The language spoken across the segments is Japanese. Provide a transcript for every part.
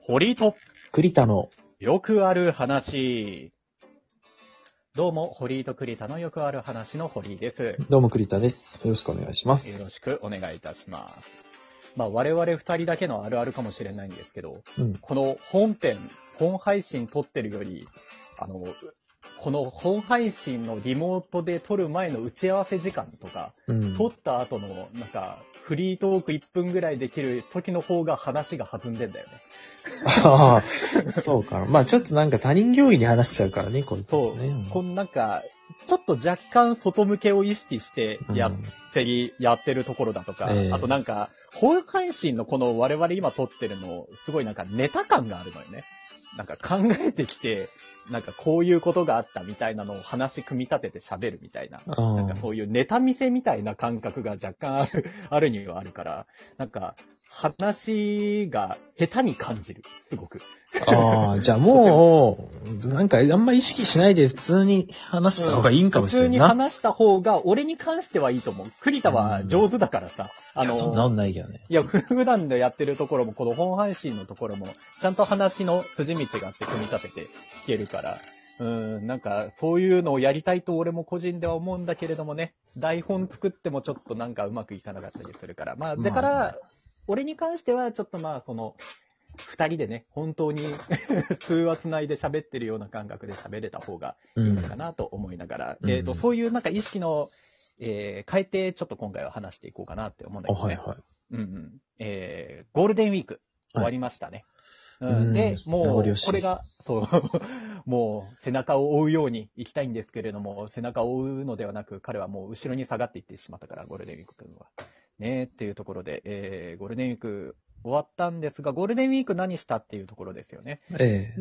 堀井と栗田のよくある話。どうも、堀井と栗田のよくある話の堀井です。 どうも栗田です。よろしくお願いします。 よろしくお願いいたします。我々二人だけのあるあるかもしれないんですけど、この本配信撮ってるより、この本配信のリモートで撮る前の打ち合わせ時間とか、撮った後のフリートーク1分ぐらいできる時の方が話が弾んでんだよね。 ああ、そうかな。ちょっと他人行儀に話しちゃうからね、これ、ね。 そう。ちょっと若干外向けを意識してやってるところだとか、あと本配信のこの我々今撮ってるの、すごいネタ感があるのよね。考えてきて、こういうことがあったみたいなのを話組み立てて喋るみたいな。そういうネタ見せみたいな感覚が若干あるにはあるから、話が下手に感じる。すごく。 ああ、じゃあもう、あんま意識しないで普通に話した方がいいんかもしれないな。 普通に話した方が、俺に関してはいいと思う。栗田は上手だからさ。 そんなことないけどね。 いや、普段でやってるところも、この本配信のところも、ちゃんと話の筋道があって組み立てて聞けるから。そういうのをやりたいと俺も個人では思うんだけれどもね、台本作ってもちょっとうまくいかなかったりするから。だから、俺に関してはちょっと二人でね、本当に通話つないで喋ってるような感覚で喋れた方がいいのかなと思いながら、そういう意識の、変えてちょっと今回は話していこうかなって思うんだけどね。ゴールデンウィーク終わりましたね。で、もう、これが、そう、もう背中を追うように行きたいんですけれども、背中を追うのではなく、彼はもう後ろに下がっていってしまったから、ゴールデンウィークというのは。ねっていうところで、ゴールデンウィーク終わったんですが、ゴールデンウィーク何したっていうところですよね。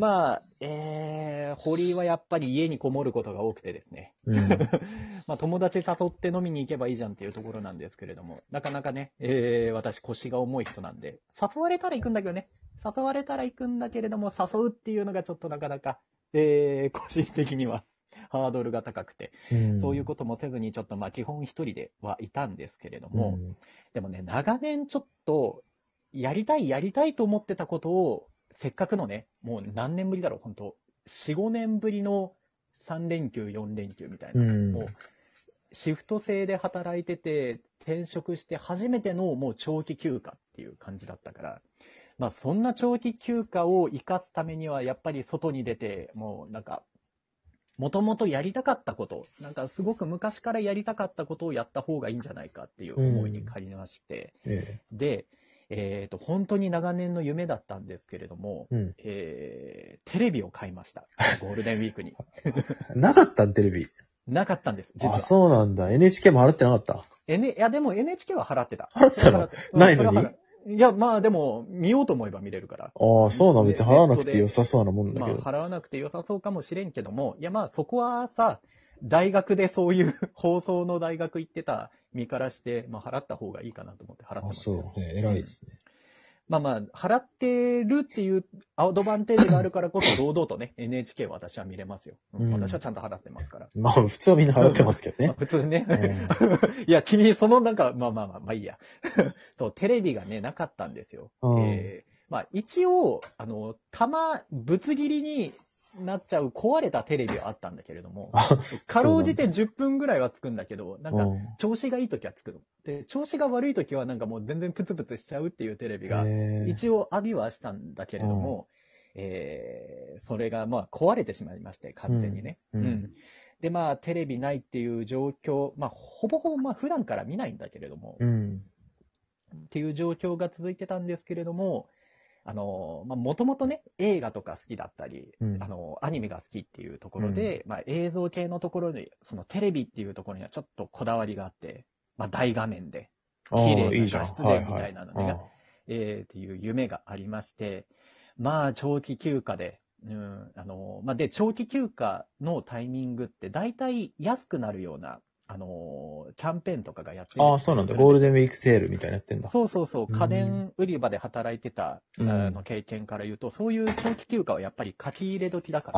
堀井はやっぱり家にこもることが多くてですね。友達誘って飲みに行けばいいじゃんっていうところなんですけれども、なかなかね、私腰が重い人なんで、誘われたら行くんだけどね。誘われたら行くんだけれども、誘うっていうのがちょっとなかなか、個人的にはハードルが高くて、そういうこともせずにちょっと基本一人ではいたんですけれども、でもね、長年ちょっとやりたいと思ってたことを、せっかくのね、もう何年ぶりだろう、本当4、5年ぶりの3連休、4連休みたいな、もうシフト制で働いてて、転職して初めてのもう長期休暇っていう感じだったから、そんな長期休暇を生かすためには、やっぱり外に出て、もともとやりたかったこと、すごく昔からやりたかったことをやった方がいいんじゃないかっていう思いに駆りまして、で、本当に長年の夢だったんですけれども、テレビを買いました。ゴールデンウィークに。 なかったん、テレビ。 なかったんです、実は。 あ、そうなんだ。NHK も払ってなかった。 いや、でも NHK は払ってた。 払ってたのないのにいや、でも、見ようと思えば見れるから。 ああ、そうなの。別に払わなくて良さそうなもんだけど。 払わなくて良さそうかもしれんけども、いやそこはさ、大学でそういう放送の大学行ってた身からして、払った方がいいかなと思って払ってました。 そう、偉いですね。 払ってるっていうアドバンテージがあるからこそ、堂々とね、NHK は私は見れますよ。私はちゃんと払ってますから。 普通はみんな払ってますけどね。 普通ね。いや、君、そのいいや。そう、テレビがね、なかったんですよ。一応、ぶつ切りになっちゃう壊れたテレビはあったんだけれども、かろうじて10分ぐらいはつくんだけど、調子がいい時はつくの。で、調子が悪い時はもう全然プツプツしちゃうっていうテレビが、一応ありはしたんだけれども、それが壊れてしまいまして、完全にね。で、テレビないっていう状況、ほぼほぼ普段から見ないんだけれども、っていう状況が続いてたんですけれども、もともとね、映画とか好きだったり、アニメが好きっていうところで、映像系のところに、そのテレビっていうところにはちょっとこだわりがあって、大画面で、綺麗な画質でみたいなのが、っていう夢がありまして、長期休暇で、で、長期休暇のタイミングって大体安くなるような、キャンペーンとかがやってる。 ああ、そうなんだ。ゴールデンウィークセールみたいなやってんだ。 そう。家電売り場で働いてた、経験から言うと、そういう長期休暇はやっぱり書き入れ時だから。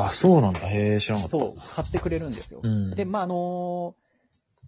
あ、そうなんだ。へえ、知らなかった。 そう、買ってくれるんですよ。で、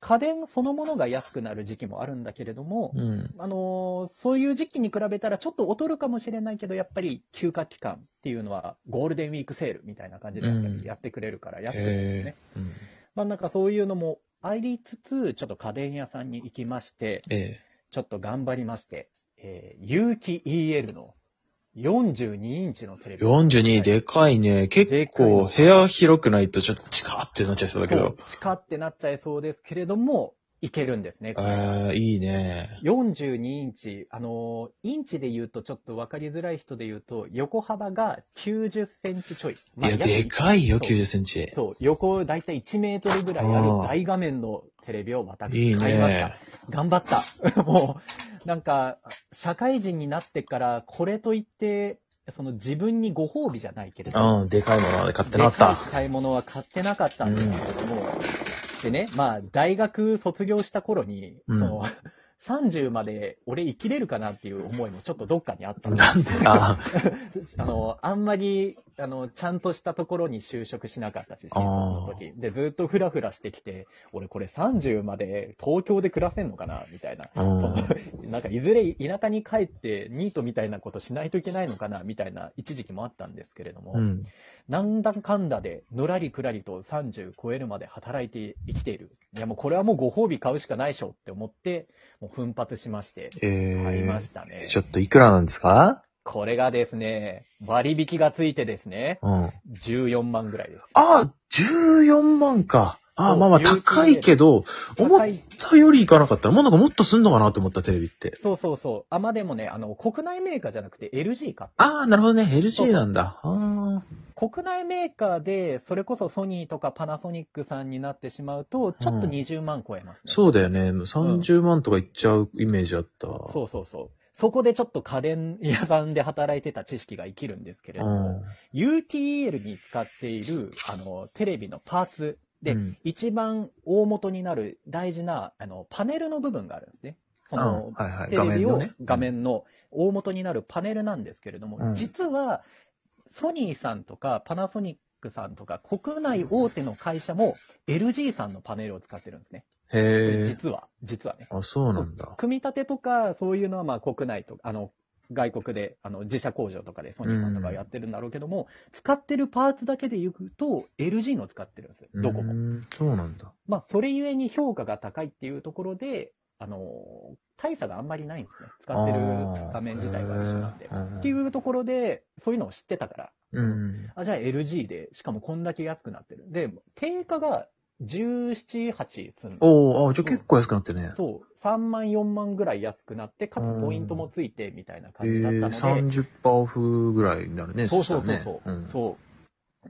家電そのものが安くなる時期もあるんだけれども、 うん。 そういう時期に比べたらちょっと劣るかもしれないけど、やっぱり休暇期間っていうのはゴールデンウィークセールみたいな感じでやってくれるから安くなるんですね。 うん。 まあなんかそういうのもありつつ、ちょっと家電屋さんに行きまして、ちょっと頑張りまして、有機 EL の42インチのテレビ。 42でかいね。結構部屋広くないとちょっとチカーってなっちゃいそうだけど。 チカってなっちゃいそうですけれども、いけるんですね。 いいね。 42インチ。インチで言うとちょっと分かりづらい人で言うと、横幅が90センチちょい。 いや、でかいよ、90センチ。 そう、横だいたい1メートルぐらいある大画面のテレビを私買いました。頑張った。もう、なんか、社会人になってからこれといって、その自分にご褒美じゃないけれど。 でかいものは買ってなかった。 でかい買い物は買ってなかったんですけれども、でね、まあ、大学卒業した頃に、30まで俺生きれるかなっていう思いもちょっとどっかにあったんで。 なんであんまり、ちゃんとしたところに就職しなかったし、新卒の時。で、ずっとフラフラしてきて、俺これ30まで東京で暮らせんのかなみたいな。なんかいずれ田舎に帰ってニートみたいなことしないといけないのかなみたいな一時期もあったんですけれども、なんだかんだでのらりくらりと30超えるまで働いて生きている。いやもうこれはもうご褒美買うしかないでしょって思って、もう奮発しまして、買いましたね。 ちょっといくらなんですか？ これがですね、割引がついてですね、14万ぐらいです。 14万か。まあ高いけど、思ったよりいかなかった。もうなんかもっとすんのかなと思ったテレビって。 そう。まあでもね、国内メーカーじゃなくて LG 買った。 なるほどね。LG なんだ。 国内メーカーで、それこそソニーとかパナソニックさんになってしまうと、ちょっと20万超えますね。 そうだよね。30万とかいっちゃうイメージあった。 そう。そこでちょっと家電屋さんで働いてた知識が生きるんですけれども、UTL に使っている、テレビのパーツで、一番大元になる大事な、パネルの部分があるんですね。その、テレビを、画面の大元になるパネルなんですけれども、実は、ソニーさんとかパナソニックさんとか国内大手の会社も LG さんのパネルを使ってるんですね。実はね。 そうなんだ。 組み立てとかそういうのはまあ国内と外国で自社工場とかでソニーさんとかやってるんだろうけども、使ってるパーツだけで言うと LG の使ってるんですよ。どこも。 そうなんだ。 まあそれゆえに評価が高いっていうところで、大差があんまりないんですね。使ってる画面自体が一緒なんで。っていうところで、そういうのを知ってたから。じゃあ LG で、しかもこんだけ安くなってる。で、定価が17、8するの。じゃあ結構安くなってね。 そう。3万、4万ぐらい安くなって、かつポイントもついて、みたいな感じだったので。 30%オフぐらいになるね。 そう。そう。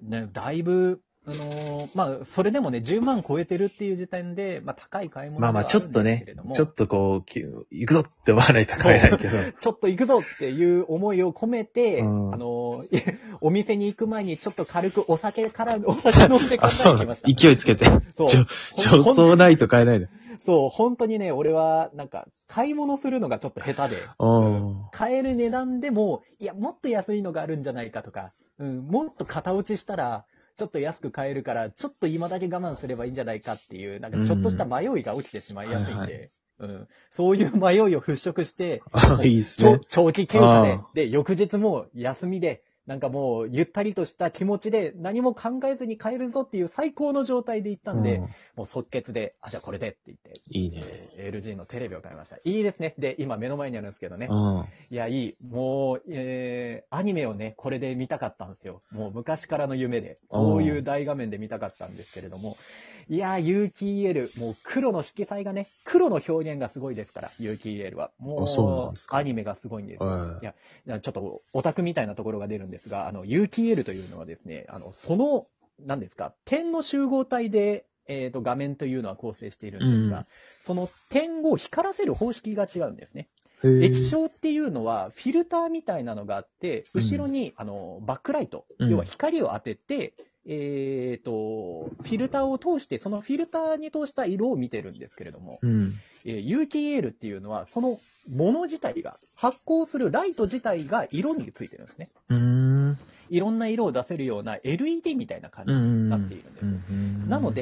ね、だいぶ、まあ、それでもね、10万超えてるっていう時点で、まあ、高い買い物ではあるんですけれども。 ちょっとこう、行くぞって思わないと買えないけど。 ちょっと行くぞっていう思いを込めて、お店に行く前にちょっと軽くお酒飲んでから行きました。 勢いつけて。そう。助走ないと買えないの。 そう、本当にね、俺は、なんか、買い物するのがちょっと下手で、買える値段でも、いや、もっと安いのがあるんじゃないかとか、もっと型落ちしたら、ちょっと安く買えるから、ちょっと今だけ我慢すればいいんじゃないかっていう、なんかちょっとした迷いが起きてしまいやすいんで、そういう迷いを払拭して、 いいっすね。 長期休暇で、翌日も休みで、なんかもう、ゆったりとした気持ちで何も考えずに買えるぞっていう最高の状態で行ったんで、もう即決で、じゃあこれでって言って。 いいね。 LG のテレビを買いました。いいですね。で、今目の前にあるんですけどね。いや、いい。もう、アニメをね、これで見たかったんですよ。もう昔からの夢で、こういう大画面で見たかったんですけれども、いやー、有機 EL、もう黒の色彩がね、黒の表現がすごいですから、有機 EL は。もう、アニメがすごいんですよ。いや、ちょっとオタクみたいなところが出るんですが、有機 EL というのはですね、何ですか、点の集合体で、画面というのは構成しているんですが、その点を光らせる方式が違うんですね。液晶っていうのはフィルターみたいなのがあって、後ろに、バックライト、要は光を当てて、フィルターを通して、そのフィルターに通した色を見てるんですけれども、有機 EL っていうのは、そのもの自体が、発光するライト自体が色についてるんですね。いろんな色を出せるような LED みたいな感じになっているんです。なので、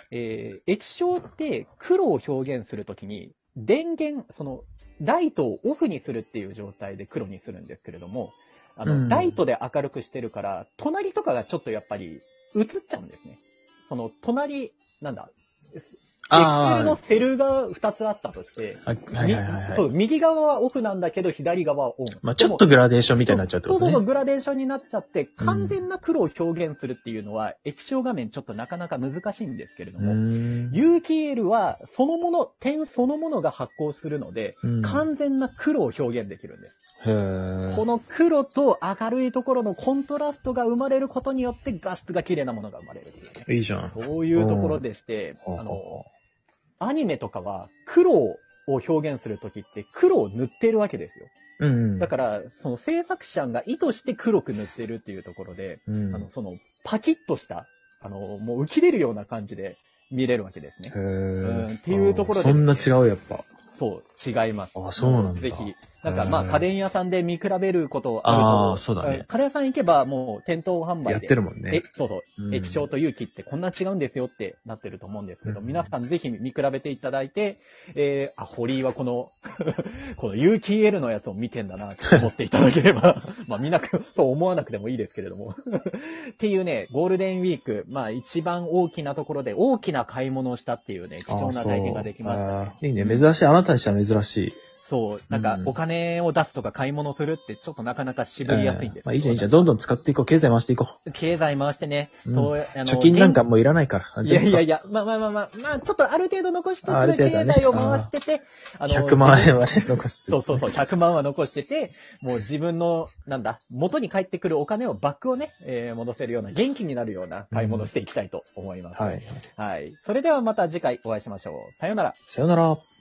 液晶って黒を表現するときに、電源、ライトをオフにするっていう状態で黒にするんですけれども、ライトで明るくしてるから、隣とかがちょっとやっぱり映っちゃうんですね。隣、なんだ、エクセルのセルが2つあったとして、そう、右側はオフなんだけど、左側はオン。 まあちょっとグラデーションみたいになっちゃうってことね。 そう、グラデーションになっちゃって、完全な黒を表現するっていうのは、液晶画面ちょっとなかなか難しいんですけれども、有機 EL は点そのものが発光するので、完全な黒を表現できるんです。この黒と明るいところのコントラストが生まれることによって画質が綺麗なものが生まれるっていうね。 いいじゃん。 そういうところでして、アニメとかは黒を表現するときって黒を塗っているわけですよ。だから、制作者が意図して黒く塗ってるっていうところで、パキッとした、もう浮き出るような感じで見れるわけですね。っていうところで、 そんな違う、やっぱ。 そう、違います。 あ、そうなんだ。 ぜひ。なんかまあ家電屋さんで見比べることあると。 そうだね。 家電屋さん行けばもう店頭販売で。 やってるもんね。 そう。液晶と有機ってこんな違うんですよってなってると思うんですけど、皆さんぜひ見比べていただいて、堀井はこの有機 EL のやつを見てんだなって思っていただければ、まあそう思わなくてもいいですけれども。っていうね、ゴールデンウィーク、まあ一番大きなところで大きな買い物をしたっていうね、貴重な体験ができましたね。 いいね、珍しい。あなたにしては珍しい。 そう、なんかお金を出すとか買い物するってちょっとなかなか渋りやすいんです。 まあいいじゃん。どんどん使っていこう。経済回していこう。経済回してね。 貯金なんかもういらないから。 いや、まあ、ちょっとある程度残しつつ、経済を回してて、 100万円はね、残して。 そう、100万は残してて、もう自分の、元に返ってくるお金をバックをね、戻せるような、元気になるような買い物をしていきたいと思います。はい。それではまた次回お会いしましょう。さよなら。 さよなら。